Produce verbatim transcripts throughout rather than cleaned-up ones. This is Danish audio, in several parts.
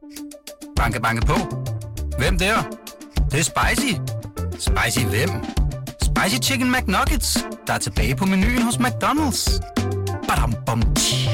Banke, banke på. Hvem der? Det, det er spicy. Spicy hvem? Spicy Chicken McNuggets, der er tilbage på menuen hos McDonald's. Badum, bom, tji.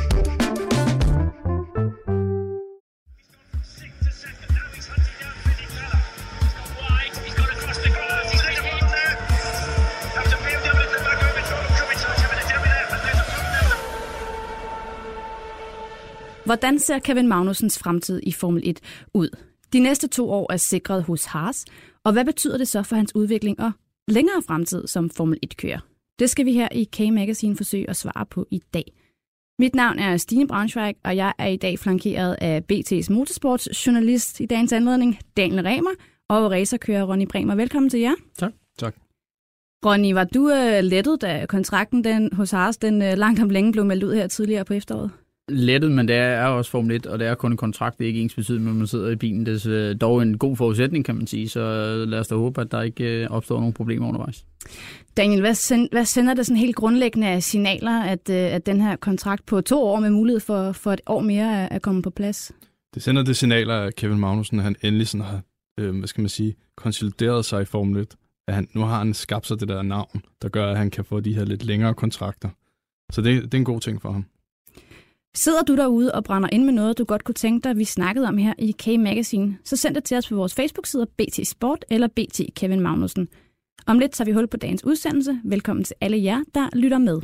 Hvordan ser Kevin Magnusens fremtid i Formel et ud? De næste to år er sikret hos Haas, og hvad betyder det så for hans udvikling og længere fremtid som Formel et-kører? Det skal vi her i K-Magazine forsøge at svare på i dag. Mit navn er Stine Braunschweig, og jeg er i dag flankeret af B T's motorsportsjournalist i dagens anledning, Daniel Remer, og racerkører Ronny Bremer. Velkommen til jer. Tak. Tak. Ronny, var du uh, lettet, da kontrakten den, hos Haas den, uh, langt om længe blev meldt ud her tidligere på efteråret? Lettet, men det er også Formel et, og det er kun en kontrakt, det er ikke ens betydning, når man sidder i bilen. Det er dog en god forudsætning, kan man sige, så lad os da håbe, at der ikke opstår nogen problemer undervejs. Daniel, hvad, send, hvad sender det sådan helt grundlæggende af signaler, at, at den her kontrakt på to år med mulighed for, for et år mere er, er kommet på plads? Det sender det signaler, at Kevin Magnussen, han endelig sådan har, øh, hvad skal man sige, konsolideret sig i Formel et. At han, nu har han skabt sig det der navn, der gør, at han kan få de her lidt længere kontrakter. Så det, det er en god ting for ham. Sidder du derude og brænder ind med noget, du godt kunne tænke dig, vi snakkede om her i K-Magazine, så send det til os på vores Facebook-side B T Sport eller B T Kevin Magnussen. Om lidt tager vi hul på dagens udsendelse. Velkommen til alle jer, der lytter med.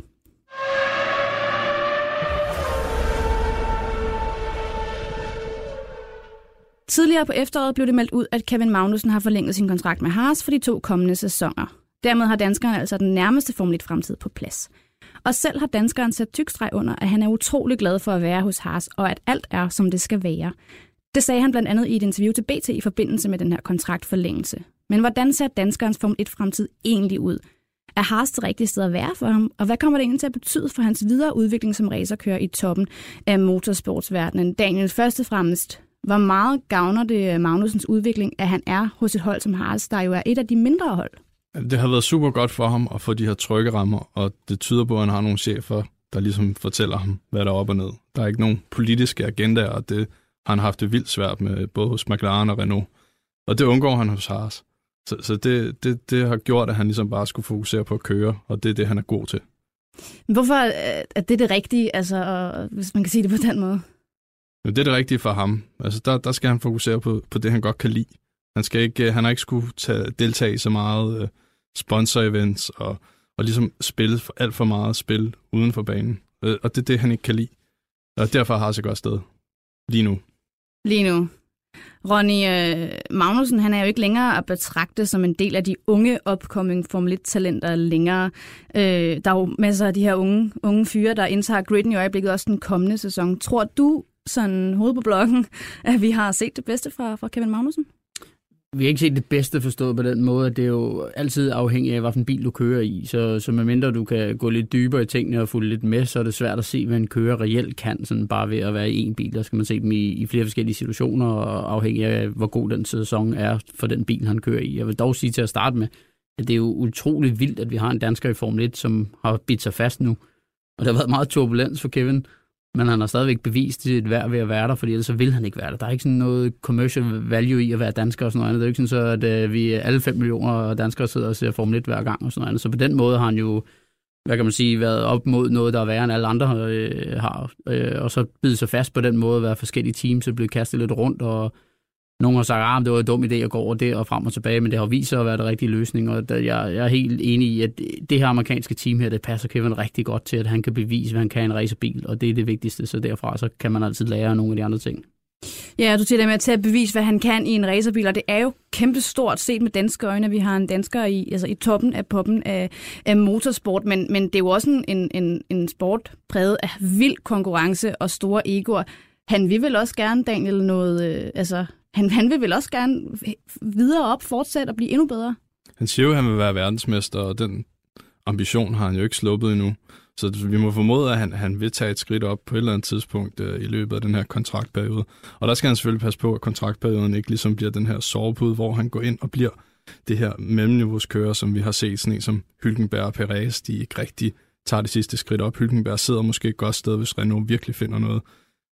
Tidligere på efteråret blev det meldt ud, at Kevin Magnussen har forlænget sin kontrakt med Haas for de to kommende sæsoner. Dermed har danskerne altså den nærmeste Formel et-fremtid på plads. Og selv har danskeren sat tykstreg under, at han er utrolig glad for at være hos Haas, og at alt er, som det skal være. Det sagde han blandt andet i et interview til B T i forbindelse med den her kontraktforlængelse. Men hvordan ser danskerens Formel et-fremtid egentlig ud? Er Haas det rigtige sted at være for ham? Og hvad kommer det egentlig til at betyde for hans videre udvikling som racerkører i toppen af motorsportsverdenen? Daniel, først og fremmest, hvor meget gavner det Magnusens udvikling, at han er hos et hold som Haas, der jo er et af de mindre hold? Det har været super godt for ham at få de her trygge rammer, og det tyder på, at han har nogle chefer, der ligesom fortæller ham, hvad der er op og ned. Der er ikke nogen politiske agendaer, og det har han haft det vildt svært med, både hos McLaren og Renault. Og det undgår han hos Haas. Så, så det, det, det har gjort, at han ligesom bare skulle fokusere på at køre, og det er det, han er god til. Hvorfor er det det rigtige, altså, hvis man kan sige det på den måde? Det er det rigtige for ham. Altså, der, der skal han fokusere på, på det, han godt kan lide. Han, skal ikke, han har ikke skulle tage, deltage i så meget uh, sponsor-events og, og ligesom spille for, alt for meget spil uden for banen. Uh, og det er det, han ikke kan lide. Og derfor har han sig godt sted. Lige nu. Lige nu. Ronny uh, Magnussen, han er jo ikke længere at betragte som en del af de unge upcoming Formel et-talenter længere. Uh, der er jo masser af de her unge, unge fyre, der indtager gridden i øjeblikket også den kommende sæson. Tror du, sådan hoved på blokken, at vi har set det bedste fra, fra Kevin Magnussen? Vi har ikke set det bedste forstået på den måde, at det er jo altid afhængigt af, hvilken bil du kører i. Så, så medmindre du kan gå lidt dybere i tingene og fulde lidt med, så er det svært at se, hvad en kører reelt kan, sådan bare ved at være i en bil. Der skal man se dem i, i flere forskellige situationer, og afhængig af, hvor god den sæson er for den bil, han kører i. Jeg vil dog sige til at starte med, at det er jo utroligt vildt, at vi har en dansker i Formel et, som har bidt sig fast nu. Og der har været meget turbulens for Kevin, men han har stadigvæk bevist sit værd ved at være der, fordi ellers så vil han ikke være der. Der er ikke sådan noget commercial value i at være dansker og sådan noget andet. Det er ikke sådan så, at uh, vi alle fem millioner danskere sidder og ser Formel et hver gang og sådan noget andet. Så på den måde har han jo, hvad kan man sige, været op mod noget, der er værre end alle andre øh, har. Øh, og så bidt sig fast på den måde at være forskellige teams, så blev kastet lidt rundt, og nogen har sagt, at det var en dum idé at gå over det og frem og tilbage, men det har vist sig at være den rigtige løsning, og jeg, jeg er helt enig i, at det her amerikanske team her, det passer Kevin rigtig godt til, at han kan bevise, hvad han kan i en racerbil, og det er det vigtigste, så derfra så kan man altid lære nogle af de andre ting. Ja, du siger det med til at bevise, hvad han kan i en racerbil, og det er jo kæmpestort set med danske øjne, at vi har en dansker i, altså i toppen af poppen af, af motorsport, men, men det er jo også en, en, en sport præget af vild konkurrence og store egoer. Han vil vel også gerne, Daniel, noget, øh, altså Han, han vil vel også gerne videre op, fortsætte og blive endnu bedre? Han siger jo, at han vil være verdensmester, og den ambition har han jo ikke sluppet endnu. Så vi må formode, at han, han vil tage et skridt op på et eller andet tidspunkt øh, i løbet af den her kontraktperiode. Og der skal han selvfølgelig passe på, at kontraktperioden ikke ligesom bliver den her sovepude, hvor han går ind og bliver det her mellemniveauskører, som vi har set, sådan en som Hülkenberg og Perez, de ikke rigtig tager det sidste skridt op. Hülkenberg sidder måske et godt sted, hvis Renault virkelig finder noget.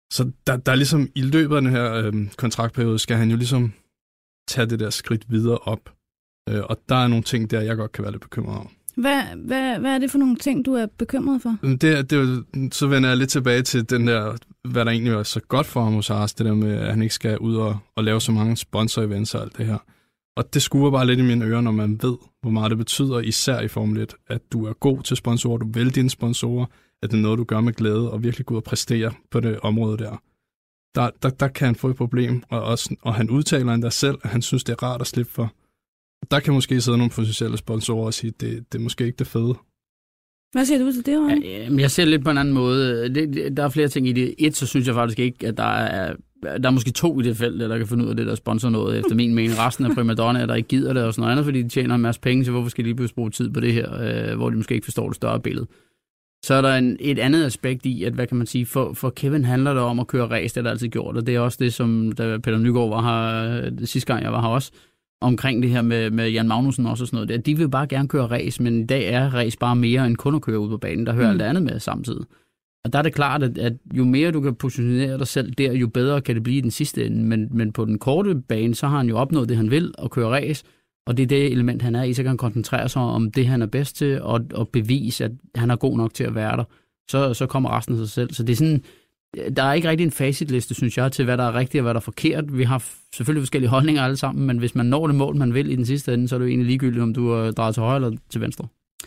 Så der, der er ligesom, i løbet af den her øh, kontraktperiode, skal han jo ligesom tage det der skridt videre op. Øh, og der er nogle ting der, jeg godt kan være lidt bekymret om. Hvad, hvad, hvad er det for nogle ting, du er bekymret for? Det, det er jo, så vender jeg lidt tilbage til den der, hvad der egentlig er så godt for ham hos Haas, det der med, at han ikke skal ud og, og lave så mange sponsor-events og alt det her. Og det skuer bare lidt i mine ører, når man ved, hvor meget det betyder, især i Formel et, at du er god til sponsorer, du vælger dine sponsorer, at det er noget, du gør med glæde, og virkelig gå ud og præstere på det område der. Der, der, der kan han få et problem, og, også, og han udtaler endda selv, at han synes, det er rart at slippe for. Der kan måske sidde nogle potentielle sponsorer og sige, at det, det er måske ikke det fede. Hvad siger du til det, Rønne? Ja, jeg ser lidt på en anden måde. Det, det, der er flere ting i det. Et, så synes jeg faktisk ikke, at der er, der er måske to i det felt, der kan finde ud af det, der sponsor noget, efter min mening. Resten af primadonnaer, der ikke gider det og sådan noget andet, fordi de tjener en masse penge, så hvorfor skal de lige pludselig bruge tid på det her, øh, hvor de måske ikke forstår det større billede. Så er der en, et andet aspekt i, at hvad kan man sige, for, for Kevin handler det om at køre race, det har der altid gjort, og det er også det, som da Peter Nygaard var her, det sidste gang jeg var her også, omkring det her med, med Jan Magnussen også og sådan noget. De vil bare gerne køre race, men i dag er race bare mere end kun at køre ud på banen. Der hører mm. alt det andet med samtidig. Og der er det klart, at, at jo mere du kan positionere dig selv der, jo bedre kan det blive i den sidste ende. Men, men på den korte bane, så har han jo opnået det, han vil, at køre race. Og det er det element, han er i, så kan han koncentrere sig om det, han er bedst til, og, og bevise, at han er god nok til at være der. Så, så kommer resten af sig selv. Så det er sådan, der er ikke rigtig en facitliste, synes jeg, til hvad der er rigtigt og hvad der er forkert. Vi har selvfølgelig forskellige holdninger alle sammen, men hvis man når det mål, man vil i den sidste ende, så er det jo egentlig ligegyldigt, om du er drejet til højre eller til venstre.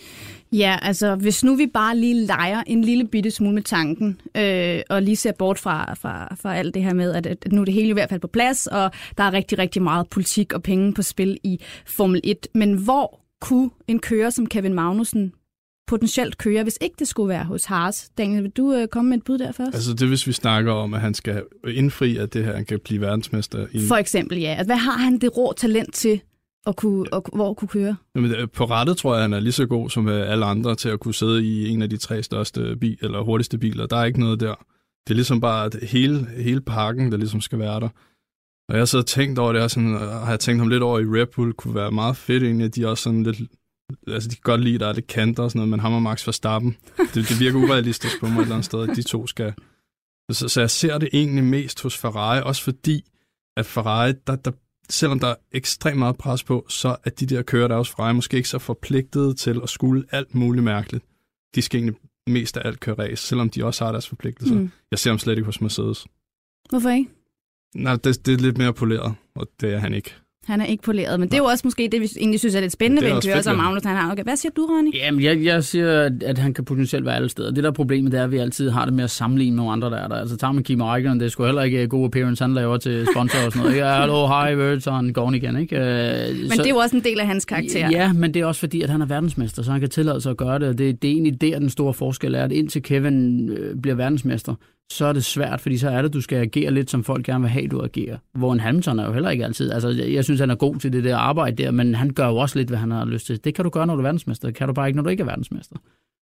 Ja, altså hvis nu vi bare lige leger en lille bitte smule med tanken, øh, og lige ser bort fra, fra, fra alt det her med, at, at nu er det hele i hvert fald på plads, og der er rigtig, rigtig meget politik og penge på spil i Formel et. Men hvor kunne en kører som Kevin Magnussen potentielt køre, hvis ikke det skulle være hos Haas? Daniel, vil du øh, komme med et bud der først? Altså det, hvis vi snakker om, at han skal indfri, at det her han kan blive verdensmester. I... For eksempel, ja. Altså, hvad har han det rå talent til at kunne, og, hvor kunne køre? Jamen, på rettet tror jeg, han er lige så god som alle andre til at kunne sidde i en af de tre største bil, eller hurtigste biler. Der er ikke noget der. Det er ligesom bare at hele, hele pakken, der ligesom skal være der. Og jeg har så tænkt over det, og sådan, har jeg tænkt ham lidt over i Red Bull, kunne være meget fedt egentlig, at de også sådan lidt, altså de kan godt lide, at der er lidt kanter og sådan noget, men ham og Max Verstappen, det, det virker urealistisk på mig et eller andet sted, at de to skal. Så, så jeg ser det egentlig mest hos Ferrari, også fordi, at Ferrari, der, der, selvom der er ekstremt meget pres på, så er de der kører, der hos Ferrari, måske ikke så forpligtede til at skulle alt muligt mærkeligt. De skal egentlig mest af alt køre race, selvom de også har deres forpligtelser. Mm. Jeg ser ham slet ikke hos Mercedes. Hvorfor ikke? Nej, det, det er lidt mere poleret, og det er han ikke. Han er ikke poleret, men det er jo også måske det, vi egentlig synes er lidt spændende ved en kører som Magnus. Han har. Okay, hvad siger du, Ronny? Jamen, jeg, jeg siger, at han kan potentielt være alle steder. Det der problemet, det er, at vi altid har det med at sammenligne med andre, der er der. Altså, tager man Kimi Räikkönen, det er sgu heller ikke god appearance, han laver til sponsor og sådan noget. Ja, hallo, hej, words, og han går igen, ikke? Uh, men så, det er jo også en del af hans karakter. Ja, men det er også fordi, at han er verdensmester, så han kan tillade sig at gøre det. Det, det er egentlig der, den store forskel er, at indtil Kevin øh, bliver verdensmester, så er det svært, fordi så er det, du skal agere lidt, som folk gerne vil have, du agerer. Hvor en Hamilton er jo heller ikke altid. Altså, jeg synes, han er god til det der arbejde der, men han gør jo også lidt, hvad han har lyst til. Det kan du gøre, når du er verdensmester. Det kan du bare ikke, når du ikke er verdensmester.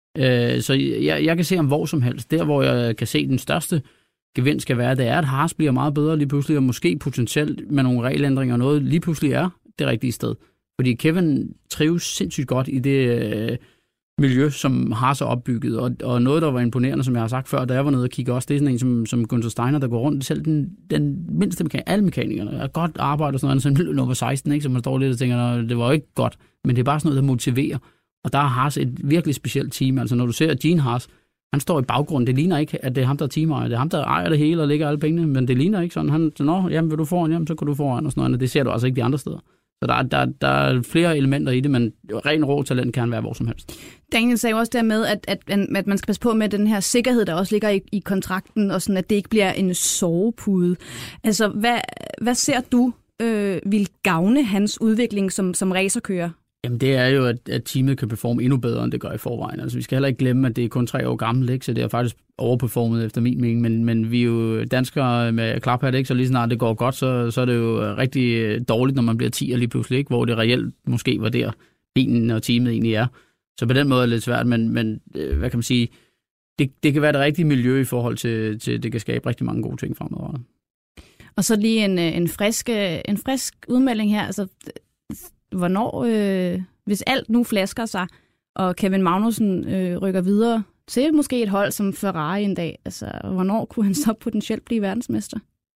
Øh, så jeg, jeg kan se ham hvor som helst. Der, hvor jeg kan se den største gevinst skal være, det er, at Haas bliver meget bedre lige pludselig, og måske potentielt med nogle regelændringer og noget, lige pludselig er det rigtige sted. Fordi Kevin trives sindssygt godt i det øh, miljø, som Haas er opbygget. Og, og noget, der var imponerende, som jeg har sagt før, da jeg var nede og kigge også, det er sådan en som, som Günther Steiner, der går rundt. Selv den, den mindste mekanik, alle mekanikerne er godt arbejde og sådan noget, som nummer seksten, ikke? Så man står lidt og tænker, det var jo ikke godt, men det er bare sådan noget, der motiverer. Og der er Haas et virkelig specielt team. Altså når du ser Gene Haas, han står i baggrunden. Det ligner ikke, at det er ham, der er teamejer. Det er ham, der ejer det hele og lægger alle pengene, men det ligner ikke sådan. Han siger, nå, jamen vil du foran, jamen så kan du foran og sådan noget. Og det ser du altså ikke de andre steder. Så der, der, der er flere elementer i det, men ren rå talent kan være hvor som helst. Daniel sagde også der med, at, at, at man skal passe på med den her sikkerhed, der også ligger i, i kontrakten, og sådan, at det ikke bliver en sovepude. Altså, hvad, hvad ser du øh, vil gavne hans udvikling som, som racerkører? Jamen det er jo, at, at teamet kan performe endnu bedre, end det gør i forvejen. Altså vi skal heller ikke glemme, at det er kun tre år gammelt, ikke? Så det er faktisk overperformet efter min mening. Men, men vi er jo danskere med klaphat, ikke? Så lige snart det går godt, så, så er det jo rigtig dårligt, når man bliver tier lige pludselig, ikke? Hvor det reelt måske var der, bilen og teamet egentlig er. Så på den måde er det lidt svært, men, men hvad kan man sige, det, det kan være det rigtige miljø i forhold til, til det kan skabe rigtig mange gode ting fremadrettet. Og så lige en, en, frisk, en frisk udmelding her, altså hvornår, øh, hvis alt nu flasker sig, og Kevin Magnussen øh, rykker videre til måske et hold som Ferrari en dag. Altså, hvornår kunne han så potentielt blive verdensmester?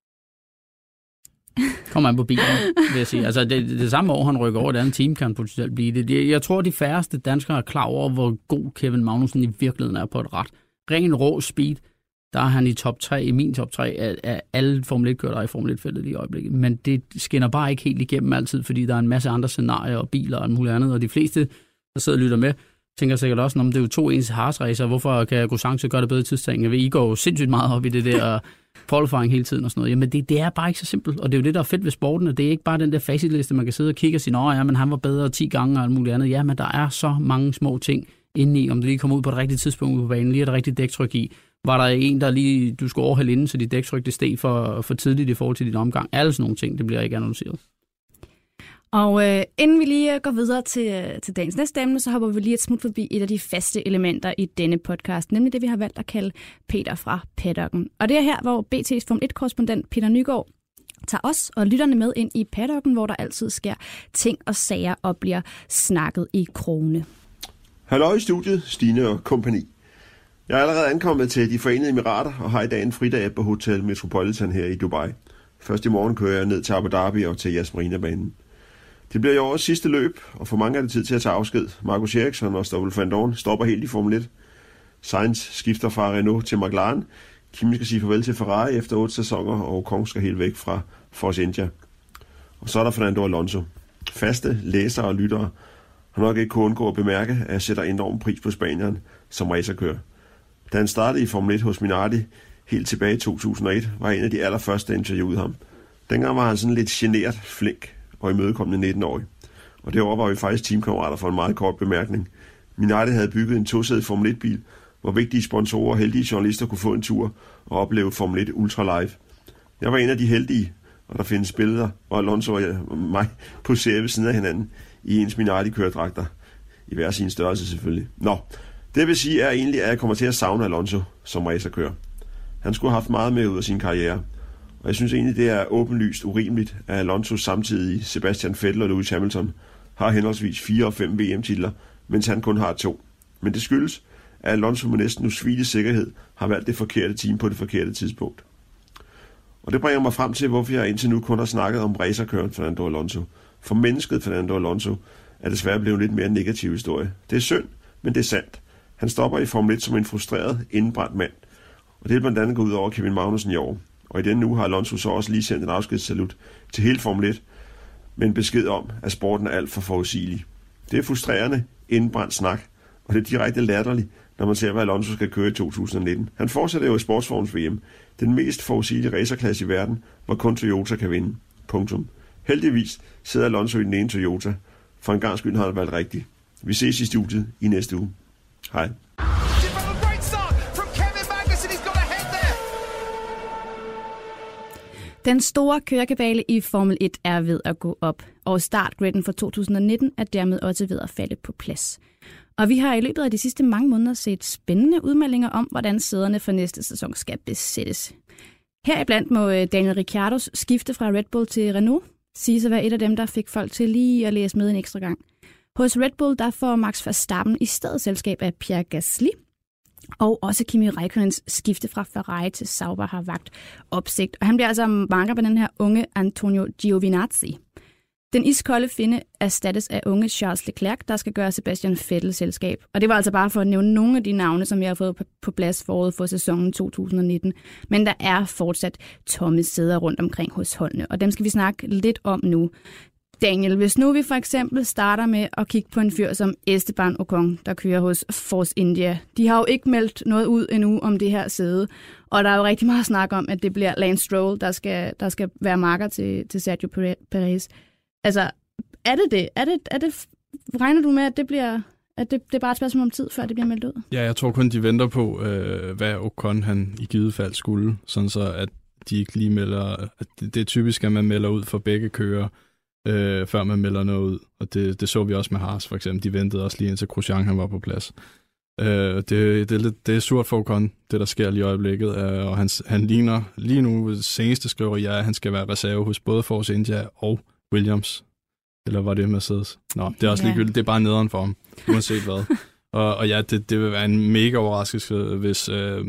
Kommer han på bilen, vil jeg sige. Altså, det, det samme år, han rykker over, det andet team kan potentielt blive det. Jeg tror, de færreste danskere er klar over, hvor god Kevin Magnussen i virkeligheden er på et ret. Ren rå speed, der er han i top tre, i min top tre af, af alle Formel et-kører i Formel et-feltet i øjeblikket. Men det skinner bare ikke helt igennem altid, fordi der er en masse andre scenarier og biler og muligt andet. Og de fleste, der sidder og lytter med, tænker sikkert også, om det er jo to ens Haas-racer. Hvorfor kan Grosjean gøre det bedre i tidstagning? Jeg ved, I går jo sindssygt meget op i det der qualifying hele tiden og sådan noget. Jamen det, det er bare ikke så simpelt, og det er jo det, der er fedt ved sporten, og det er ikke bare den der facitliste, man kan sidde og kigge og sige, nå ja, men han var bedre ti gange og alt muligt andet. Ja, men der er så mange små ting indeni, om du lige kommer ud på det rigtige tidspunkt på banen, lige er det rigtige dæktryk i. Var der en, der lige, du skulle overhælde inden, så dit dæktryk det steg for, for tidligt i forhold til din omgang. Alle sådan nogle ting, det bliver ikke analyseret. Og øh, inden vi lige går videre til, til dagens næste emne, så hopper vi lige et smut forbi et af de faste elementer i denne podcast, nemlig det, vi har valgt at kalde Peter fra paddocken. Og det er her, hvor B T's Formel et-korrespondent Peter Nygaard tager os og lytterne med ind i paddocken, hvor der altid sker ting og sager og bliver snakket i krone. Halløj i studiet, Stine og kompagni. Jeg er allerede ankommet til De Forenede Emirater og har i dag en fridag på Hotel Metropolitan her i Dubai. Først i morgen kører jeg ned til Abu Dhabi og til Yas Marina-banen. Det bliver i årets sidste løb, og for mange er det tid til at tage afsked. Marcus Ericsson og Stoffel van Dorn stopper helt i Formel et. Sainz skifter fra Renault til McLaren. Kimi skal sige farvel til Ferrari efter otte sæsoner, og Ocon skal helt væk fra Force India. Og så er der Fernando Alonso. Faste læsere og lyttere har nok ikke kunnet undgå at bemærke, at jeg sætter enorm pris på Spanieren som racerkører. Da han startede i Formel et hos Minardi helt tilbage i to tusind og et, var en af de allerførste interviewede ham. Dengang var han sådan lidt genert, flink og imødekommende nitten-årig. Og derovre var vi faktisk teamkammerater for en meget kort bemærkning. Minardi havde bygget en tosædet Formel et-bil, hvor vigtige sponsorer og heldige journalister kunne få en tur og opleve Formel et Ultra Live. Jeg var en af de heldige, og der findes billeder, og Alonso og mig poserer ved siden af hinanden i ens Minardi-køredragter. I hver sin størrelse selvfølgelig. Nå, det vil sige er egentlig, at jeg kommer til at savne Alonso som racerkører. Han skulle have haft meget med ud af sin karriere. Og jeg synes egentlig, det er åbenlyst urimeligt, at Alonso samtidig Sebastian Vettel og Lewis Hamilton har henholdsvis fire og fem V M-titler, mens han kun har to. Men det skyldes, at Alonso med næsten usvigelig sikkerhed har valgt det forkerte team på det forkerte tidspunkt. Og det bringer mig frem til, hvorfor jeg indtil nu kun har snakket om racerkøren Fernando Alonso. For mennesket Fernando Alonso er desværre blevet en lidt mere negativ historie. Det er synd, men det er sandt. Han stopper i Formel et som en frustreret, indenbrændt mand. Og det er blandt andet gået ud over Kevin Magnussen i år. Og i denne uge har Alonso så også lige sendt en afskedssalut til hele Formel et, med en besked om, at sporten er alt for forudsigelig. Det er frustrerende, indbrændt snak, og det er direkte latterligt, når man ser, hvad Alonso skal køre i to tusind og nitten. Han fortsætter jo i sportsforms V M, den mest forudsigelige racerklasse i verden, hvor kun Toyota kan vinde. Punktum. Heldigvis sidder Alonso i den ene Toyota. For en gang skyld har han valgt rigtigt. Vi ses i studiet i næste uge. Hej. Den store kørekabale i Formel et er ved at gå op, og startgriden for to tusind og nitten er dermed også ved at falde på plads. Og vi har i løbet af de sidste mange måneder set spændende udmeldinger om, hvordan sæderne for næste sæson skal besættes. Heriblandt må Daniel Ricciardos skifte fra Red Bull til Renault siges at være et af dem, der fik folk til lige at læse med en ekstra gang. Hos Red Bull der får Max Verstappen i stedet selskab af Pierre Gasly, og også Kimi Räikkönens skifte fra Ferrari til Sauber har vagt opsigt. Og han bliver altså marker på den her unge Antonio Giovinazzi. Den iskolde finde erstattes af unge Charles Leclerc, der skal gøre Sebastian Vettel selskab. Og det var altså bare for at nævne nogle af de navne, som jeg har fået på plads forud for sæsonen to tusind og nitten. Men der er fortsat tomme sæder rundt omkring hos holdene, og dem skal vi snakke lidt om nu. Daniel, hvis nu vi for eksempel starter med at kigge på en fyr som Esteban Ocon, der kører hos Force India. De har jo ikke meldt noget ud endnu om det her sæde, og der er jo rigtig meget snak om, at det bliver Lance Stroll, der skal, der skal være marker til, til Sergio Perez. Altså, er det det? Er det, er det? Regner du med, at det bliver... at det, det er bare et spørgsmål om tid, før det bliver meldt ud? Ja, jeg tror kun, de venter på, øh, hvad Ocon han i givet fald skulle, sådan så at de ikke lige melder... At det er typisk, at man melder ud for begge kører, øh, før man melder noget ud. Og det, det så vi også med Haas, for eksempel. De ventede også lige indtil Grosjean han var på plads. Øh, det, det, er lidt, det er surt for Ocon, det der sker lige i øjeblikket, øh, og han, han ligner lige nu, det seneste skriver jeg, at han skal være reserve hos både Force India og Williams. Eller var det Mercedes? Nå, det er også ligegyldigt. Det er bare nederen for ham, uanset hvad. Og, og ja, det, det vil være en mega overraskelse, hvis, øh,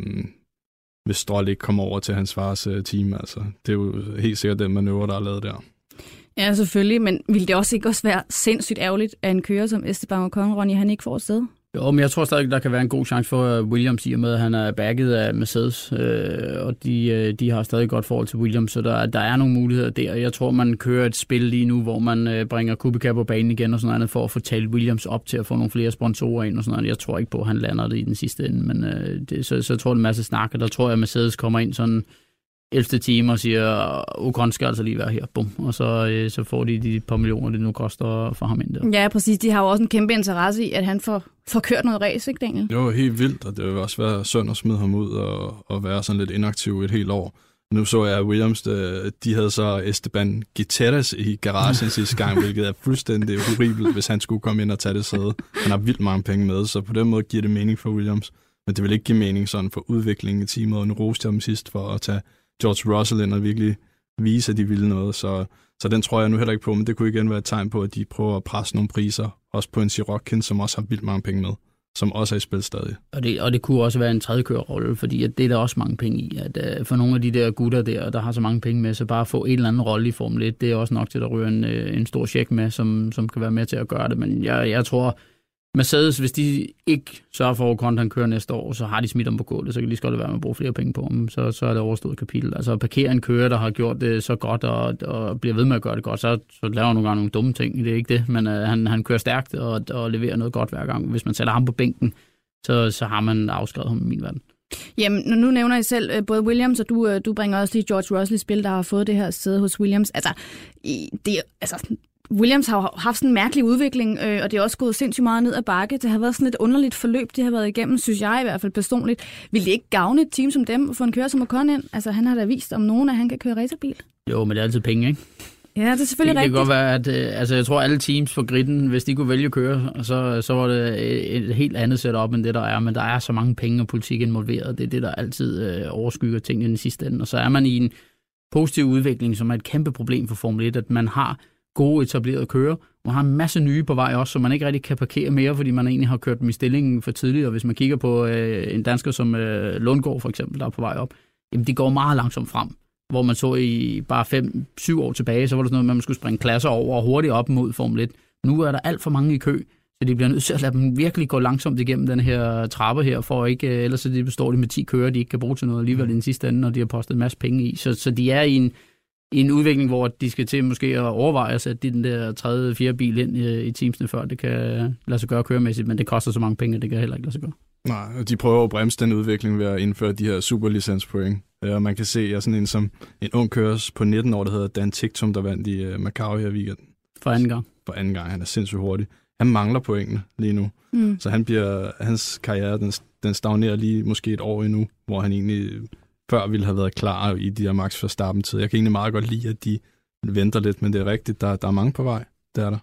hvis Stroll ikke kommer over til hans fars øh, team. Altså, det er jo helt sikkert den manøvre, der er lavet der. Ja, selvfølgelig, men ville det også ikke også være sindssygt ærgerligt, at en kører som Esteban Ocon, Ronny, han ikke får sted? Jo, men jeg tror stadig, der kan være en god chance for Williams i og med, at han er backet af Mercedes, øh, og de, de har stadig godt forhold til Williams, så der, der er nogle muligheder der. Jeg tror, man kører et spil lige nu, hvor man øh, bringer Kubica på banen igen og sådan noget, for at få talt Williams op til at få nogle flere sponsorer ind og sådan noget. Jeg tror ikke på, at han lander det i den sidste ende, men øh, det, så, så jeg tror det er en masse snak, og der tror jeg, at Mercedes kommer ind sådan ellevte time og siger, Ocon skal altså lige være her, bum. Og så, øh, så får de de par millioner, det nu koster for ham ind der. Ja, præcis. De har jo også en kæmpe interesse i, at han får, får kørt noget race, ikke Daniel? Jo, helt vildt, og det vil også være synd at smide ham ud og, og være sådan lidt inaktiv et helt år. Nu så jeg, at Williams, de havde så Esteban Gutierrez i garagen sidste gang, hvilket er fuldstændig horribelt, hvis han skulle komme ind og tage det sæde. Han har vildt mange penge med, så på den måde giver det mening for Williams. Men det vil ikke give mening sådan for udviklingen i teamet, og nu roste jeg dem sidst for at tage George Russell ind og virkelig vise, at de ville noget. Så, så den tror jeg nu heller ikke på, men det kunne igen være et tegn på, at de prøver at presse nogle priser, også på en Sirotkin, som også har vildt mange penge med, som også er i spil stadig. Og det, og det kunne også være en tredjekørerrolle, fordi at det er der også mange penge i. At, uh, for nogle af de der gutter der, der har så mange penge med, så bare få en eller anden rolle i Formel et, det er også nok til, at der ryger en, en stor check med, som, som kan være med til at gøre det. Men jeg, jeg tror, Mercedes, hvis de ikke sørger for, at Ocon han kører næste år, så har de smidt ham på gulvet, så kan de godt være med at bruge flere penge på ham. Så, så er det overstået kapitel. Altså at parkere en kører, der har gjort det så godt, og, og bliver ved med at gøre det godt, så, så laver han nogle gange nogle dumme ting. Det er ikke det, men uh, han, han kører stærkt og, og leverer noget godt hver gang. Hvis man sætter ham på bænken, så, så har man afskrevet ham i min verden. Jamen, nu nævner I selv både Williams, og du, du bringer også lige George Russell i spil, der har fået det her sæde hos Williams. Altså, det, altså Williams har haft sådan en mærkelig udvikling, øh, og det er også gået sindssygt meget ned ad bakke. Det har været sådan et underligt forløb, de har været igennem, synes jeg i hvert fald personligt. Vil det ikke gavne et team som dem at få en kører som Ocon ind? Altså, han har da vist om nogen, at han kan køre racerbil. Jo, men det er altid penge, ikke? Ja, det er selvfølgelig det, rigtigt. Det kan godt være, at øh, altså, jeg tror, alle teams på griden, hvis de kunne vælge at køre, så, så var det et, et helt andet setup end det, der er. Men der er så mange penge og politik involveret. Det er det, der altid øh, overskygger tingene i den sidste ende. Og så er man i en positiv udvikling, som er et kæmpe problem for Formel et, at man har gode etablerede kører. Man har en masse nye på vej også, så man ikke rigtig kan parkere mere, fordi man egentlig har kørt dem i stillingen for tidligt. Og hvis man kigger på øh, en dansker som øh, Lundgaard for eksempel, der er på vej op, jamen de går meget langsomt frem. Hvor man så i bare fem syv år tilbage, så var det sådan noget med, at man skulle springe klasser over og hurtigt op mod Formel et. Nu er der alt for mange i kø, så de bliver nødt til at lade dem virkelig gå langsomt igennem den her trappe her, for ikke, ellers så de består de med ti kører, de ikke kan bruge til noget alligevel i den sidste ende, og de har postet en masse penge i. Så, så de er i en, i en udvikling, hvor de skal til måske at overveje at sætte den der tredje, fjerde bil ind i, i teamsene, før det kan lade sig gøre køremæssigt, men det koster så mange penge, at det kan heller ikke lade sig gøre. Nej, og de prøver at bremse den udvikling ved at indføre de her superlicenspoint. Og man kan se, at jeg er sådan en som en ung kører på nitten år, der hedder Dan Ticktum, der vandt i uh, Macau her i weekenden. For anden gang. For anden gang. Han er sindssygt hurtig. Han mangler pointene lige nu. Mm. Så han bliver, hans karriere, den, den stagnerer lige måske et år endnu, hvor han egentlig før ville have været klar i de her Max Verstappen-tid. Jeg kan egentlig meget godt lide, at de venter lidt, men det er rigtigt. Der, der er mange på vej. Det er der.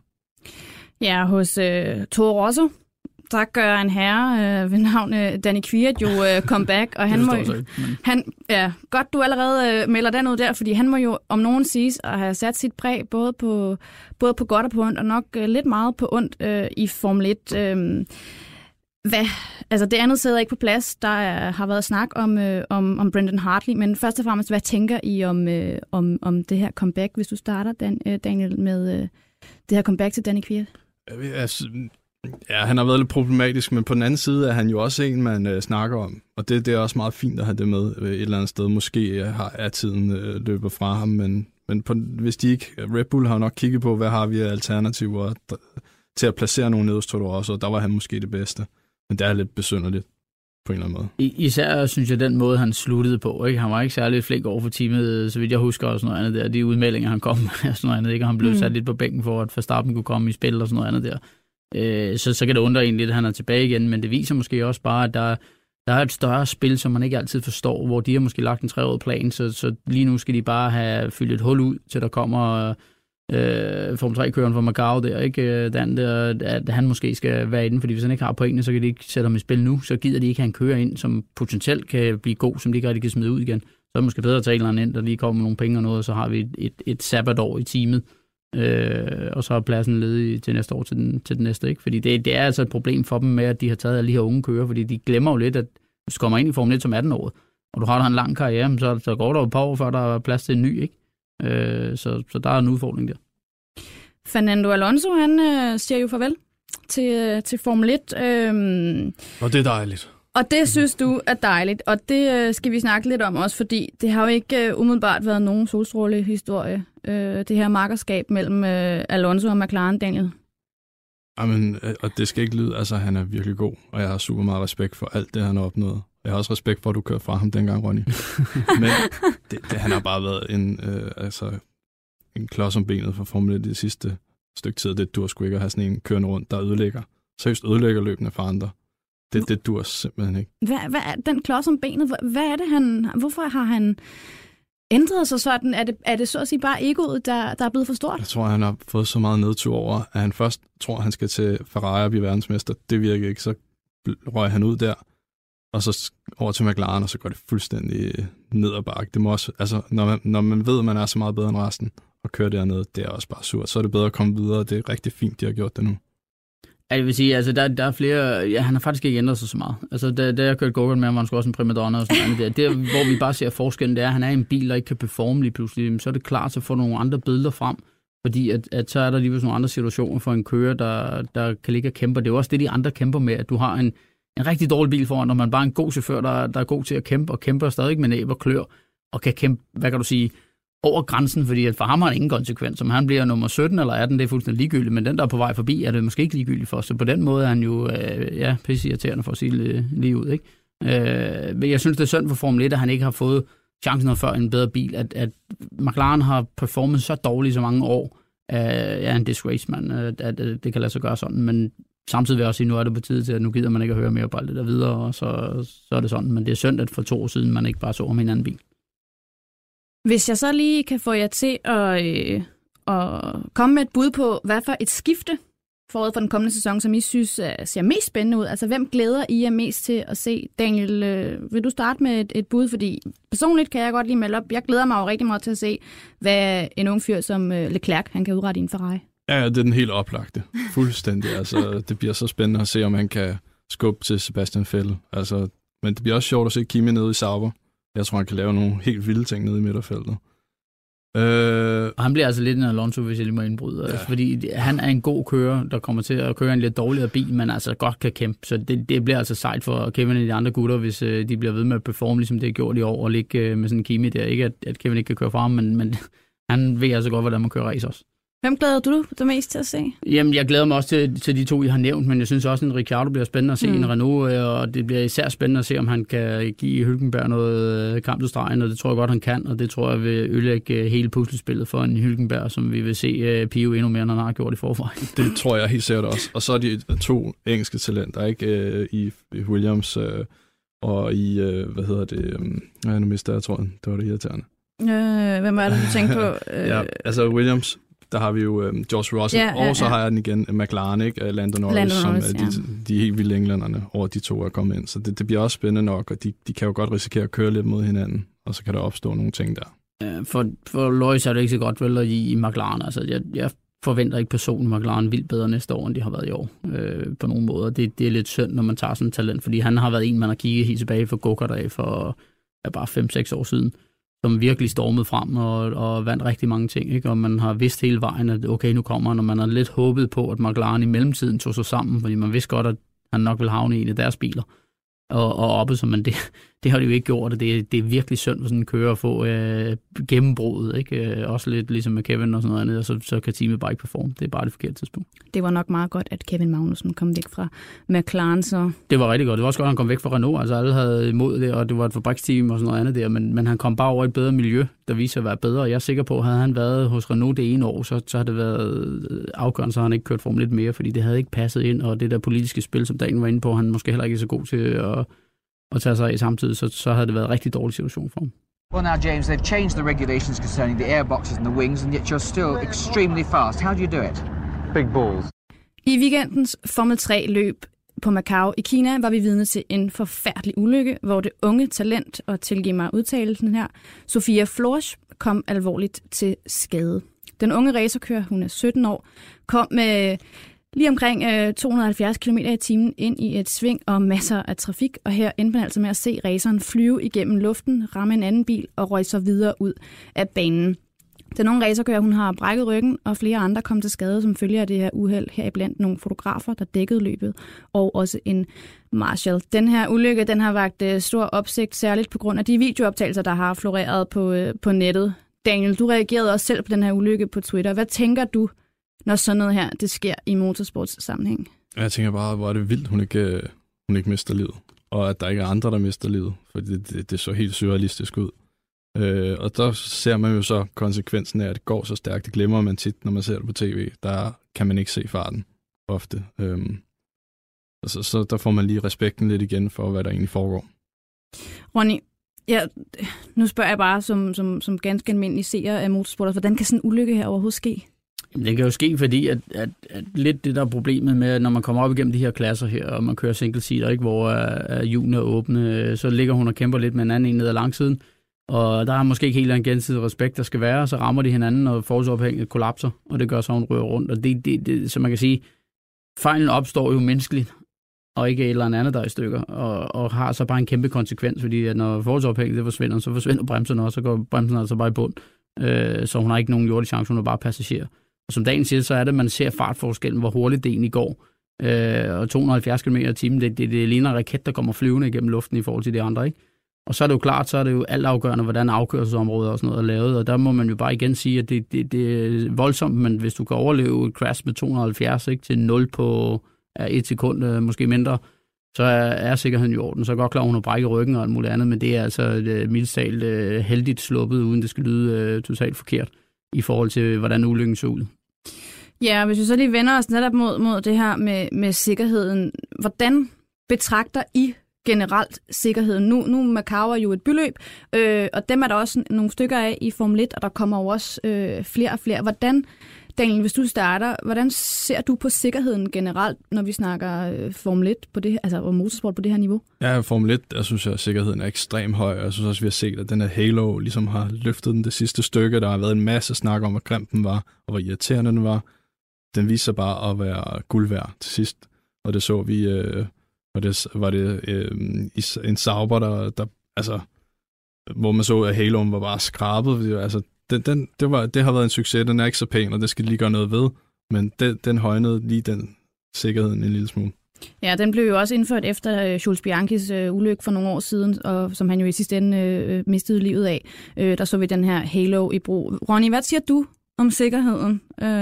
Ja, hos uh, Toro Rosso, der gør en herre øh, ved navn øh, Danny Kvyat jo øh, comeback, og han må jo, ikke, men... han, ja, godt du allerede øh, melder den ud der, fordi han må jo om nogen siges at have sat sit præg både på, både på godt og på ondt, og nok øh, lidt meget på ondt øh, i Formel et. Øh, hvad, altså det andet sidder ikke på plads. Der er, har været snak om, øh, om, om Brendan Hartley, men først og fremmest, hvad tænker I om, øh, om, om det her comeback, hvis du starter, Dan, øh, Daniel, med øh, det her comeback til Danny Kvyat? Altså, ja, han har været lidt problematisk, men på den anden side er han jo også en, man øh, snakker om. Og det, det er også meget fint at have det med øh, et eller andet sted. Måske har, er tiden øh, løbet fra ham, men, men på, hvis de ikke... Red Bull har nok kigget på, hvad har vi af alternativer der, til at placere nogle nederst, tror du også, og der var han måske det bedste. Men det er lidt besynderligt på en eller anden måde. I, især synes jeg, den måde, han sluttede på, ikke? Han var ikke særlig flink over for teamet, så vidt jeg husker, og sådan noget andet der. De udmeldinger, han kom med, og sådan noget andet, ikke? Og han blev mm. sat lidt på bænken for, at Verstappen kunne komme i spil og sådan noget andet der. Øh, så, så kan det undre egentlig, at han er tilbage igen, men det viser måske også bare, at der, der er et større spil, som man ikke altid forstår, hvor de har måske lagt en treårig plan, så, så lige nu skal de bare have fyldt et hul ud, til der kommer øh, Formel tre-køren fra Macau der, ikke? Den der, at han måske skal være inde, fordi hvis han ikke har pointene, så kan de ikke sætte ham i spil nu, så gider de ikke have en kører ind, som potentielt kan blive god, som de ikke rigtig kan smide ud igen. Så er det måske bedre at tage en eller anden ind, der lige kommer med nogle penge og noget, og så har vi et, et, et sabbatår i teamet, Øh, og så er pladsen ledig til næste år til den, til den næste, ikke? Fordi det, det er altså et problem for dem med, at de har taget alle de her unge kører, fordi de glemmer jo lidt, at hvis du kommer ind i Formel et som atten-årig, og du har der en lang karriere, så, så går der jo et par år, før der er plads til en ny, ikke? Øh, så, så der er en udfordring der. Fernando Alonso, han øh, siger jo farvel til, til Formel et. Øh, og det er dejligt. Og det synes du er dejligt, og det øh, skal vi snakke lidt om også, fordi det har jo ikke øh, umiddelbart været nogen solstrålehistorie, øh, det her makkerskab mellem øh, Alonso og McLaren, Daniel. Jamen, og det skal ikke lyde, altså han er virkelig god, og jeg har super meget respekt for alt det, han har opnået. Jeg har også respekt for, at du kørte fra ham dengang, Ronny. Men det, det, han har bare været en, øh, altså, en klods om benet for Formel et det sidste stykke tid. Det dur sgu ikke at have sådan en kørende rundt, der ødelægger. Seriøst ødelægger løbende for andre. Det, det dur simpelthen ikke. Hvad, hvad er den klods om benet? Hvad er det, han... Hvorfor har han ændret sig sådan? Er det, er det så at sige bare egoet, der, der er blevet for stort? Jeg tror, han har fået så meget nedtur over, at han først tror, at han skal til Ferrari og blive verdensmester. Det virker ikke. Så røg han ud der, og så over til McLaren, og så går det fuldstændig ned ad bakke. Det må også, altså, når man, når man ved, at man er så meget bedre end resten, og kører dernede, det er også bare surt. Så er det bedre at komme videre. Det er rigtig fint, de har gjort det nu. Ja, jeg vil sige, altså der, der er flere... Ja, han har faktisk ikke ændret sig så meget. Altså, da, da jeg kørte go-kart med ham, var han sgu også en primadonna og sådan noget. Der, hvor vi bare ser forskellen, det er, at han er i en bil, der ikke kan performe lige pludselig. Så er det klart, så får nogle andre billeder frem. Fordi at, at så er der lige nogle andre situationer for en kører, der, der kan ligge og kæmpe. Det er jo også det, de andre kæmper med, at du har en, en rigtig dårlig bil foran, når man bare er en god chauffør, der, der er god til at kæmpe, og kæmper stadig med næb og klør, og kan kæmpe, hvad kan du sige, over grænsen, fordi at for ham har han ingen konsekvens. Om han bliver nummer sytten eller atten, det er fuldstændig ligegyldigt, men den, der er på vej forbi, er det måske ikke ligegyldigt for. Så på den måde er han jo øh, ja, pisse irriterende for at sige det lige ud. Ikke? Øh, men jeg synes, det er synd for Formel et, at han ikke har fået chancen at føre en bedre bil. At, at McLaren har performet så dårligt så mange år, øh, ja, en disgrace, man, at, at, at det kan lade sig gøre sådan. Men samtidig vil jeg også sige, nu er det på tide til, at nu gider man ikke at høre mere på alt det der videre, og så, så er det sådan. Men det er synd, at for to år siden, man ikke bare så om en anden bil. Hvis jeg så lige kan få jer til at, øh, at komme med et bud på, hvad for et skifte forud for den kommende sæson, som I synes uh, ser mest spændende ud. Altså, hvem glæder I jer mest til at se? Daniel, øh, vil du starte med et, et bud? Fordi personligt kan jeg godt lige melde op. Jeg glæder mig jo rigtig meget til at se, hvad en ung fyr som øh, Leclerc, han kan udrette i en Ferrari. Ja, det er den helt oplagte. Fuldstændig. Altså, det bliver så spændende at se, om han kan skubbe til Sebastian Vettel. Altså, men det bliver også sjovt at se Kimi nede i Sauber. Jeg tror, han kan lave nogle helt vilde ting nede i midterfeltet. Øh... Og han bliver altså lidt en Alonso, hvis jeg lige må indbryde. Ja. Altså, fordi han er en god kører, der kommer til at køre en lidt dårligere bil, men altså godt kan kæmpe. Så det, det bliver altså sejt for Kevin og de andre gutter, hvis øh, de bliver ved med at performe, ligesom det er gjort i år, og ligge øh, med sådan en Kimi der. Ikke at, at Kevin ikke kan køre fra ham, men, men han ved altså godt, hvordan man kører race også. Hvem glæder du dig mest til at se? Jamen, jeg glæder mig også til, til de to, I har nævnt, men jeg synes også, at en Ricciardo bliver spændende at se, mm. en Renault, og det bliver især spændende at se, om han kan give Hülkenberg noget kamp til stregen, og det tror jeg godt, han kan, og det tror jeg vil ødelægge hele puslespillet for en Hülkenberg, som vi vil se uh, pive endnu mere, end han har gjort i forvejen. Det tror jeg helt sikkert også. Og så er de to engelske talenter, ikke? Uh, I, i Williams uh, og i, uh, hvad hedder det, um, jeg nu mister jeg tråden, det var det irriterende. Øh, hvem var det, du tænkte på? ja, altså Williams. Der har vi jo um, George Russell, ja, ja, og så ja. har jeg den igen, McLaren, ikke? Lando Norris, Lando Norris som er de, ja. de helt vilde englænderne over de to er kommet ind. Så det, det bliver også spændende nok, og de, de kan jo godt risikere at køre lidt mod hinanden, og så kan der opstå nogle ting der. For, for Lois er det ikke så godt vel i, i McLaren. Altså, jeg, jeg forventer ikke personen McLaren vildt bedre næste år, end de har været i år. Øh, på nogle måder. Det, det er lidt synd, når man tager sådan et talent, fordi han har været en, man har kigget helt tilbage for go-kart af for ja, bare fem seks år siden, som virkelig stormede frem og, og vandt rigtig mange ting, ikke? Og man har vidst hele vejen, at okay, nu kommer han, og man har lidt håbet på, at McLaren i mellemtiden tog sig sammen, fordi man vidste godt, at han nok ville havne i en af deres biler og, og oppe, så man det, det har de jo ikke gjort, og det, det er virkelig synd for sådan en kører at få øh, gennembruddet, ikke? Også lidt ligesom med Kevin og sådan noget andet, og så, så kan teamet bare ikke performe. Det er bare det forkerte tidspunkt. Det var nok meget godt, at Kevin Magnussen kom væk fra McLaren, så... Det var rigtig godt. Det var også godt, at han kom væk fra Renault. Altså alle havde imod det, og det var et fabriksteam og sådan noget andet der, men, men han kom bare over et bedre miljø, der viste sig at være bedre, og jeg er sikker på, at havde han været hos Renault det ene år, så, så havde det været afgørende, så han ikke kørt Formel et mere, fordi det havde ikke passet ind, og det der politiske spil, som Daniel var inde på, han måske heller ikke er så god til at, at tage sig af samtidig, så, så havde det været en rigtig dårlig situation for ham. Well, now, James, they've changed the regulations concerning the airboxes and the wings, and yet you're still extremely fast. How do you do it? Big balls. I weekendens Formel tre løb på Macau i Kina var vi vidne til en forfærdelig ulykke, hvor det unge talent, og tilgiv mig udtalelsen her, Sofia Flores, kom alvorligt til skade. Den unge racerkører, hun er sytten år, kom med lige omkring øh, to hundrede og halvfjerds kilometer i timen ind i et sving og masser af trafik, og her endte man altså med at se raceren flyve igennem luften, ramme en anden bil og røg så videre ud af banen. Den unge racerkører, hun har brækket ryggen, og flere andre kom til skade som følge af det her uheld, heriblandt nogle fotografer, der dækkede løbet, og også en marshal. Den her ulykke, den har vakt stor opsigt, særligt på grund af de videooptagelser, der har floreret på, på nettet. Daniel, du reagerede også selv på den her ulykke på Twitter. Hvad tænker du, når sådan noget her det sker i motorsportssammenhæng? Jeg tænker bare, hvor er det vildt, hun ikke, hun ikke mister livet. Og at der ikke er andre, der mister livet. For det, det, det så helt surrealistisk ud. Øh, og der ser man jo så konsekvensen af, at det går så stærkt. Det glemmer man tit, når man ser det på tv. Der kan man ikke se farten ofte. Øhm, altså, så der får man lige respekten lidt igen for, hvad der egentlig foregår. Ronny, ja, nu spørger jeg bare som, som, som ganske almindelig seer af motorsport, hvordan kan sådan en ulykke her overhovedet ske? Det kan jo ske, fordi at, at, at lidt det der er problemet med, når man kommer op igennem de her klasser her, og man kører single seater, ikke, hvor uh, hjulene er åbne, så ligger hun og kæmper lidt med en anden en ned ad langsiden, og der er måske ikke helt en gensidig respekt, der skal være, så rammer de hinanden, og forholdsophænget kollapser, og det gør så, hun rører rundt. Og det, det, det, så man kan sige, fejlen opstår jo menneskeligt, og ikke et eller andet, der er i stykker, og, og har så bare en kæmpe konsekvens, fordi at når forholdsophænget det forsvinder, så forsvinder bremserne også, så går bremsen altså bare i bund. Øh, så hun har ikke nogen jordig chance, hun er bare passager. Og som dagen siger, så er det, at man ser fartforskellen, hvor hurtigt det egentlig går. Øh, og to hundrede og halvfjerds kilometer i timen, det, det, det ligner en raket, der kommer flyvende igennem luften i forhold til de andre, ikke? Og så er det jo klart, så er det jo alt afgørende, hvordan afkørselsområdet og sådan noget er lavet, og der må man jo bare igen sige, at det, det, det er voldsomt, men hvis du kan overleve et crash med to hundrede og halvfjerds, ikke, til nul på ja, et sekund, måske mindre, så er, er sikkerheden i orden. Så er godt klar, hun har brækket ryggen og alt muligt andet, men det er altså et mildt talt uh, heldigt sluppet, uden det skal lyde uh, totalt forkert i forhold til, hvordan ulykken så ud. Ja, hvis vi så lige vender os netop mod, mod det her med, med sikkerheden, hvordan betragter I generelt sikkerheden? Nu, nu Macau er jo et byløb, øh, og dem er der også nogle stykker af i Formel et, og der kommer jo også øh, flere og flere. Hvordan, Daniel, hvis du starter, hvordan ser du på sikkerheden generelt, når vi snakker øh, Formel et på det, altså motorsport på det her niveau? Ja, Formel et, jeg synes, at sikkerheden er ekstremt høj, og jeg synes også, vi har set, at den her Halo ligesom har løftet den det sidste stykke. Der har været en masse snak om, hvor grim den var, og hvor irriterende den var. Den viser sig bare at være guld værd til sidst, og det så vi... Øh, Og det var det øh, en Sauber, der, der, altså, hvor man så, at Haloen var bare skrabet. Altså, den, den, det, var, det har været en succes, den er ikke så pæn, og det skal lige gøre noget ved. Men den, den højnede lige den sikkerheden en lille smule. Ja, den blev jo også indført efter Jules Bianchis øh, ulykke for nogle år siden, og som han jo i sidste ende øh, mistede livet af. Øh, der så vi den her Halo i brug. Ronny, hvad siger du om sikkerheden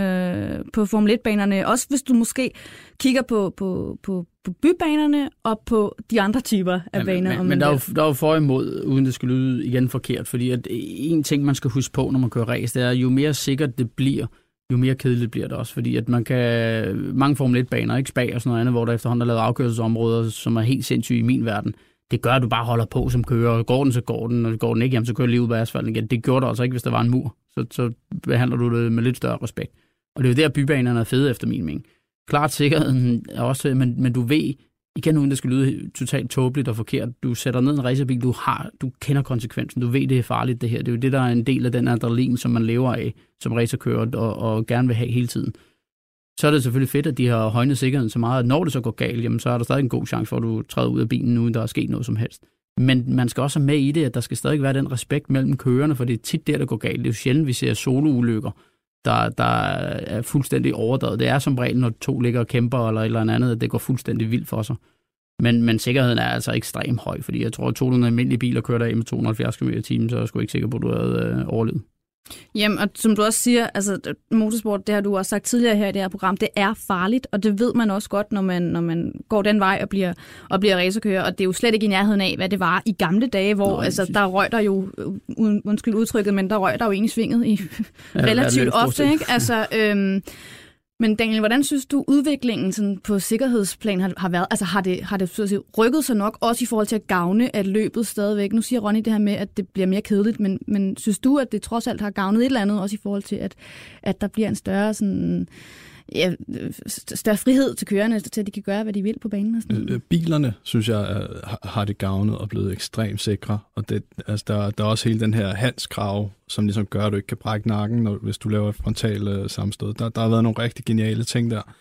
øh, på Formel et-banerne? Også hvis du måske kigger på, på, på, på bybanerne og på de andre typer af ja, baner. Men, men der, er jo, der er jo for imod, uden det skal lyde igen forkert, fordi at en ting, man skal huske på, når man kører race, det er, jo mere sikkert det bliver, jo mere kedeligt bliver det også, fordi at man kan, mange Formel et-baner, ikke Spa og sådan noget andet, hvor der efterhånden er lavet afkørselsområder, som er helt sindssyge i min verden. Det gør, at du bare holder på som kører. Går den, så går den, og går den ikke, jamen, så kører du lige ud på asfalten igen. Det gjorde du altså ikke, hvis der var en mur. Så, så behandler du det med lidt større respekt. Og det er jo der, bybanerne er fede efter min mening. Klart sikkerheden er også, men, men du ved, igen uden det skal lyde totalt tåbeligt og forkert, du sætter ned en racerbil, du har, du kender konsekvensen, du ved, det er farligt det her. Det er jo det, der er en del af den adrenalin, som man lever af som racerkører og, og gerne vil have hele tiden. Så er det selvfølgelig fedt, at de har højnet sikkerheden så meget, at når det så går galt, jamen, så er der stadig en god chance for, at du træder ud af bilen, uden der er sket noget som helst. Men man skal også have med i det, at der skal stadig være den respekt mellem kørerne, for det er tit der, der går galt. Det er jo sjældent, vi ser soloulykker, der, der er fuldstændig overdrevet. Det er som regel, når to ligger og kæmper eller et eller andet, at det går fuldstændig vildt for sig. Men, men sikkerheden er altså ekstremt høj, fordi jeg tror, at tog du en almindelig bil og kører der med to hundrede og halvfjerds kilometer i timen, så er jeg sgu ikke sikker på, at du havde øh, overlevet. Jamen, og som du også siger, altså motorsport, det har du også sagt tidligere her i det her program, det er farligt, og det ved man også godt, når man, når man går den vej og bliver, og bliver racerkører, og det er jo slet ikke i nærheden af, hvad det var i gamle dage, hvor Nå, altså, der røg der jo, undskyld udtrykket, men der røg der jo egentlig svinget i ja, relativt ofte, ikke? Altså, øhm, men Daniel, hvordan synes du, udviklingen sådan, på sikkerhedsplan har, har været? Altså har det, har det så at sige, rykket sig nok, også i forhold til at gavne at løbet stadigvæk? Nu siger Ronny det her med, at det bliver mere kedeligt, men, men synes du, at det trods alt har gavnet et eller andet, også i forhold til, at, at der bliver en større sådan, ja, større frihed til kørerne, til at de kan gøre, hvad de vil på banen. Og sådan. Bilerne, synes jeg, er, har det gavnet og blevet ekstremt sikre. Og det, altså, der, der er også hele den her handskrav, som ligesom gør, at du ikke kan brække nakken, når, hvis du laver et frontal uh, sammenstød. Der, der har været nogle rigtig geniale ting der.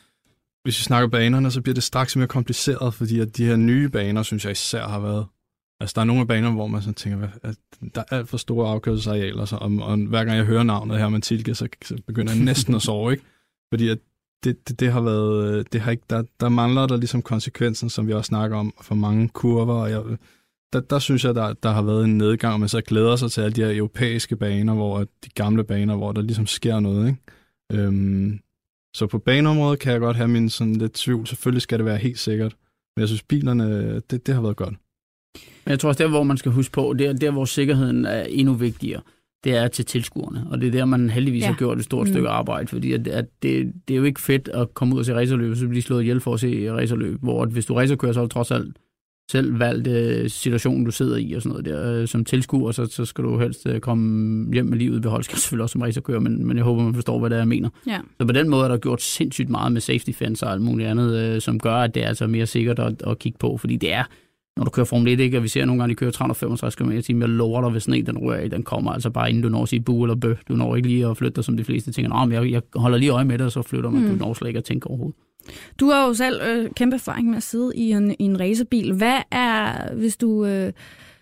Hvis vi snakker banerne, så bliver det straks mere kompliceret, fordi at de her nye baner, synes jeg især har været. Altså, der er nogle af banerne, hvor man sådan tænker, at der er alt for store afkørselsarealer, så, og, og hver gang jeg hører navnet her med Tilke, så, så begynder jeg næsten at sove, ikke? Fordi at det, det, det har været, det har ikke, der, der mangler der ligesom konsekvensen, som vi også snakker om, for mange kurver, og jeg, der, der synes jeg, der, der har været en nedgang, og man så glæder sig til alle de her europæiske baner, hvor de gamle baner, hvor der ligesom sker noget, ikke? Øhm, så på baneområdet kan jeg godt have min sådan lidt tvivl. Selvfølgelig skal det være helt sikkert, men jeg synes, bilerne, det, det har været godt. Jeg tror også, der hvor man skal huske på, det er der, hvor sikkerheden er endnu vigtigere. Det er til tilskuerne, og det er der, man heldigvis ja. har gjort et stort mm. stykke arbejde, fordi at, at det, det er jo ikke fedt at komme ud og se racerløb, så bliver slået ihjel for at se racerløb, hvor at hvis du racerkører, så har du trods alt selv valgt uh, situationen, du sidder i og sådan noget der. Som tilskuer, så, så skal du helst uh, komme hjem med livet i behold, skal selvfølgelig også som racerkører, men, men jeg håber, man forstår, hvad det er, jeg mener. Ja. Så på den måde er der gjort sindssygt meget med safety fence og alt muligt andet, uh, som gør, at det er altså mere sikkert at, at kigge på, fordi det er når du kører Formel et, ikke? Og vi ser nogle gange, de kører tre hundrede og femogtres kilometer i timen. Jeg lover dig, hvis sådan en, den rører i, den kommer altså bare inden du når at sige bu eller bø. Du når ikke lige at flytte dig, som de fleste tænker. Nå, men jeg, jeg holder lige øje med det, og så flytter man. Mm. Du når slet ikke at tænke overhovedet. Du har jo selv øh, kæmpe erfaring med at sidde i en, i en racerbil. Hvad er, hvis du, øh,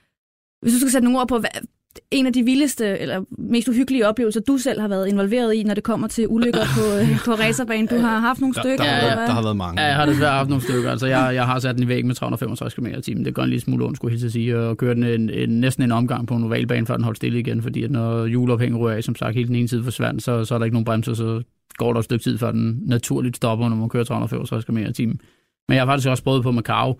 hvis du skal sætte nogle ord på, hvad, en af de vildeste eller mest uhyggelige oplevelser, du selv har været involveret i, når det kommer til ulykker på, på racerbanen? Du har haft nogle stykker? Der, der, eller der, hvad? der har været mange. Ja, jeg har desværre haft nogle stykker. Altså, jeg, jeg har sat den i væg med tre hundrede og femogtres kilometer i timen. Det går en lille smule ondt, skulle jeg helt sige, og kørt den en, en, næsten en omgang på en ovalbane, før den holdt stille igen, fordi at når hjulophænget rører af, som sagt, hele den ene side forsvandt, så, så er der ikke nogen bremser, så går der et stykke tid, før den naturligt stopper, når man kører tre hundrede og femogtres kilometer i timen. Men jeg har faktisk også prøvet på Macau,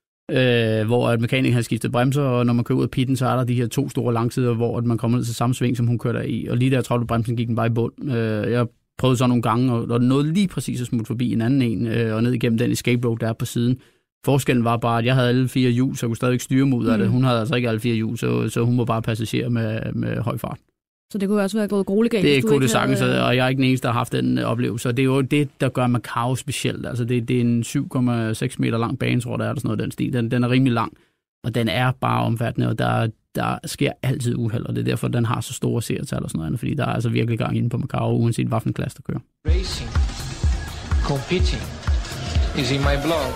Øh, hvor at mekanikeren har skiftet bremser, og når man kører ud af pitten, så er der de her to store langsider, hvor at man kommer ned til samme sving, som hun kørte af i. Og lige der trådte bremsen, gik den bare i bund. Øh, jeg prøvede så nogle gange, og der nåede lige præcis at smutte forbi en anden en, øh, og ned igennem den escape road, der er på siden. Forskellen var bare, at jeg havde alle fire hjul, så jeg kunne stadigvæk styre mod af det. Hun havde altså ikke alle fire hjul, så, så hun var bare passager med, med høj fart. Så det kunne også være gået gruelegalt. Det kunne det sagtens, havde... og jeg er ikke den eneste, der har haft den oplevelse. Det er jo det, der gør Macau specielt. Altså det, det er en syv komma seks meter lang bane, tror jeg, der er der sådan noget den stil. Den, den er rimelig lang, og den er bare omfattende, og der, der sker altid uheld, og det er derfor, den har så store seertal og sådan noget, fordi der er altså virkelig gang inde på Macau, uanset hvilken klasse, der kører. Racing, competing is in my blood.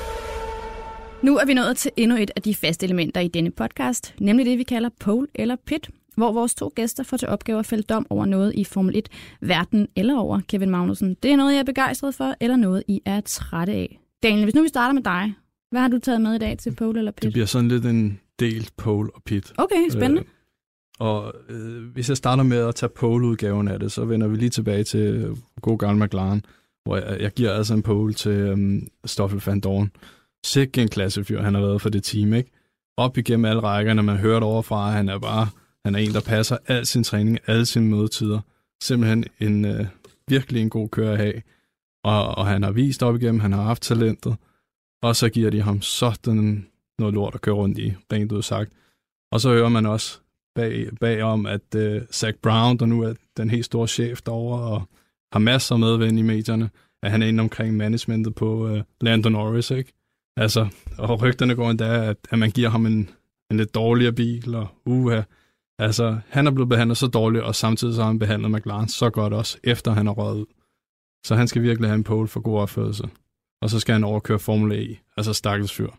Nu er vi nået til endnu et af de faste elementer i denne podcast, nemlig det, vi kalder pole eller pit, hvor vores to gæster får til opgave at fælde dom over noget i Formel et-verden eller over Kevin Magnussen. Det er noget, jeg er begejstret for, eller noget, I er trætte af. Daniel, hvis nu vi starter med dig, hvad har du taget med i dag til pole eller pit? Det bliver sådan lidt en delt pole og pit. Okay, spændende. Øh, og øh, hvis jeg starter med at tage pole-udgaven af det, så vender vi lige tilbage til god gammel McLaren, hvor jeg, jeg giver altså en pole til øhm, Stoffel van Dorn. Sikke en klassefyr, han har været for det team, ikke? Op igennem alle rækkerne, man hører det overfra, han er bare... Han er en, der passer al sin træning, alle sine mødetider. Simpelthen en øh, virkelig en god kører at have. Og, og han har vist op igennem, han har haft talentet. Og så giver de ham sådan noget lort at køre rundt i, rent ud sagt. Og så hører man også bag, bagom, at øh, Zach Brown, der nu er den helt store chef derovre, og har masser af medvind i medierne, at han er inde omkring managementet på øh, Lando Norris, ikke? Altså, og rygterne går endda, at, at man giver ham en, en lidt dårligere bil, og uha. Altså, han er blevet behandlet så dårligt, og samtidig så har han behandlet McLaren så godt også, efter han har røget ud. Så han skal virkelig have en pole for god opførsel. Og så skal han overkøre Formel E. Altså, stakkels fyr.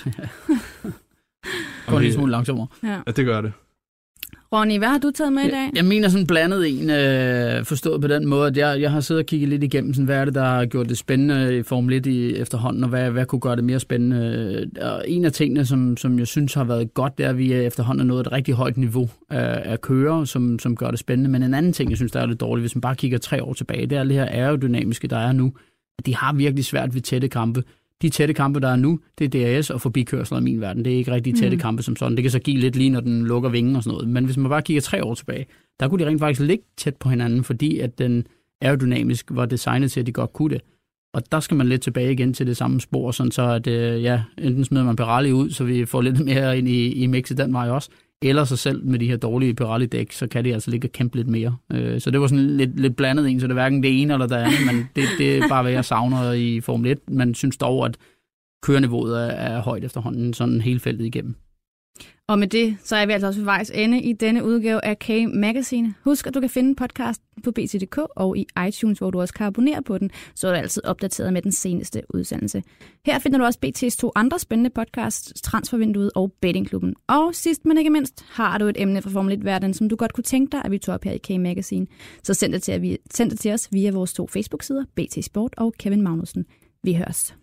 Går en lille smule langsommere. Ja. Ja, det gør det. Ronny, hvad har du taget med i dag? Jeg, jeg mener sådan blandet en, øh, forstået på den måde, at jeg, jeg har siddet og kigget lidt igennem, sådan, hvad er det, der har gjort det spændende i Formel et i efterhånden, og hvad, hvad kunne gøre det mere spændende. Og en af tingene, som, som jeg synes har været godt, det er, at vi efterhånden er nået et rigtig højt niveau af, af kører, som, som gør det spændende. Men en anden ting, jeg synes, der er lidt dårligt, hvis man bare kigger tre år tilbage, det er det her aerodynamiske, der er nu. At de har virkelig svært ved tætte kampe. De tætte kampe, der er nu, det er D R S og forbikørsler i min verden. Det er ikke rigtig tætte mm. kampe som sådan. Det kan så give lidt lige, når den lukker vingen og sådan noget. Men hvis man bare kigger tre år tilbage, der kunne de rent faktisk ligge tæt på hinanden, fordi at den aerodynamisk var designet til, at de godt kunne det. Og der skal man lidt tilbage igen til det samme spor, sådan så at, øh, ja, enten smider man Pirelli ud, så vi får lidt mere ind i, i mixet den vej også, eller sig selv med de her dårlige Pirelli-dæk, så kan de altså ligge og kæmpe lidt mere. Øh, så det var sådan lidt, lidt blandet en, så det er hverken det ene eller det andet, men det, det er bare, hvad jeg savner i Formel et. Man synes dog, at køreniveauet er, er højt efterhånden, sådan hele feltet igennem. Og med det, så er vi altså også ved vejs ende i denne udgave af K-Magazine. Husk, at du kan finde podcasten på B T punktum d k og i iTunes, hvor du også kan abonnere på den, så er du altid opdateret med den seneste udsendelse. Her finder du også B T's to andre spændende podcasts, Transfervinduet og Bettingklubben. Og sidst, men ikke mindst, har du et emne fra Formel et-verdenen, som du godt kunne tænke dig, at vi tog op her i K-Magazine. Så send det til, send det til os via vores to Facebook-sider, B T Sport og Kevin Magnussen. Vi høres.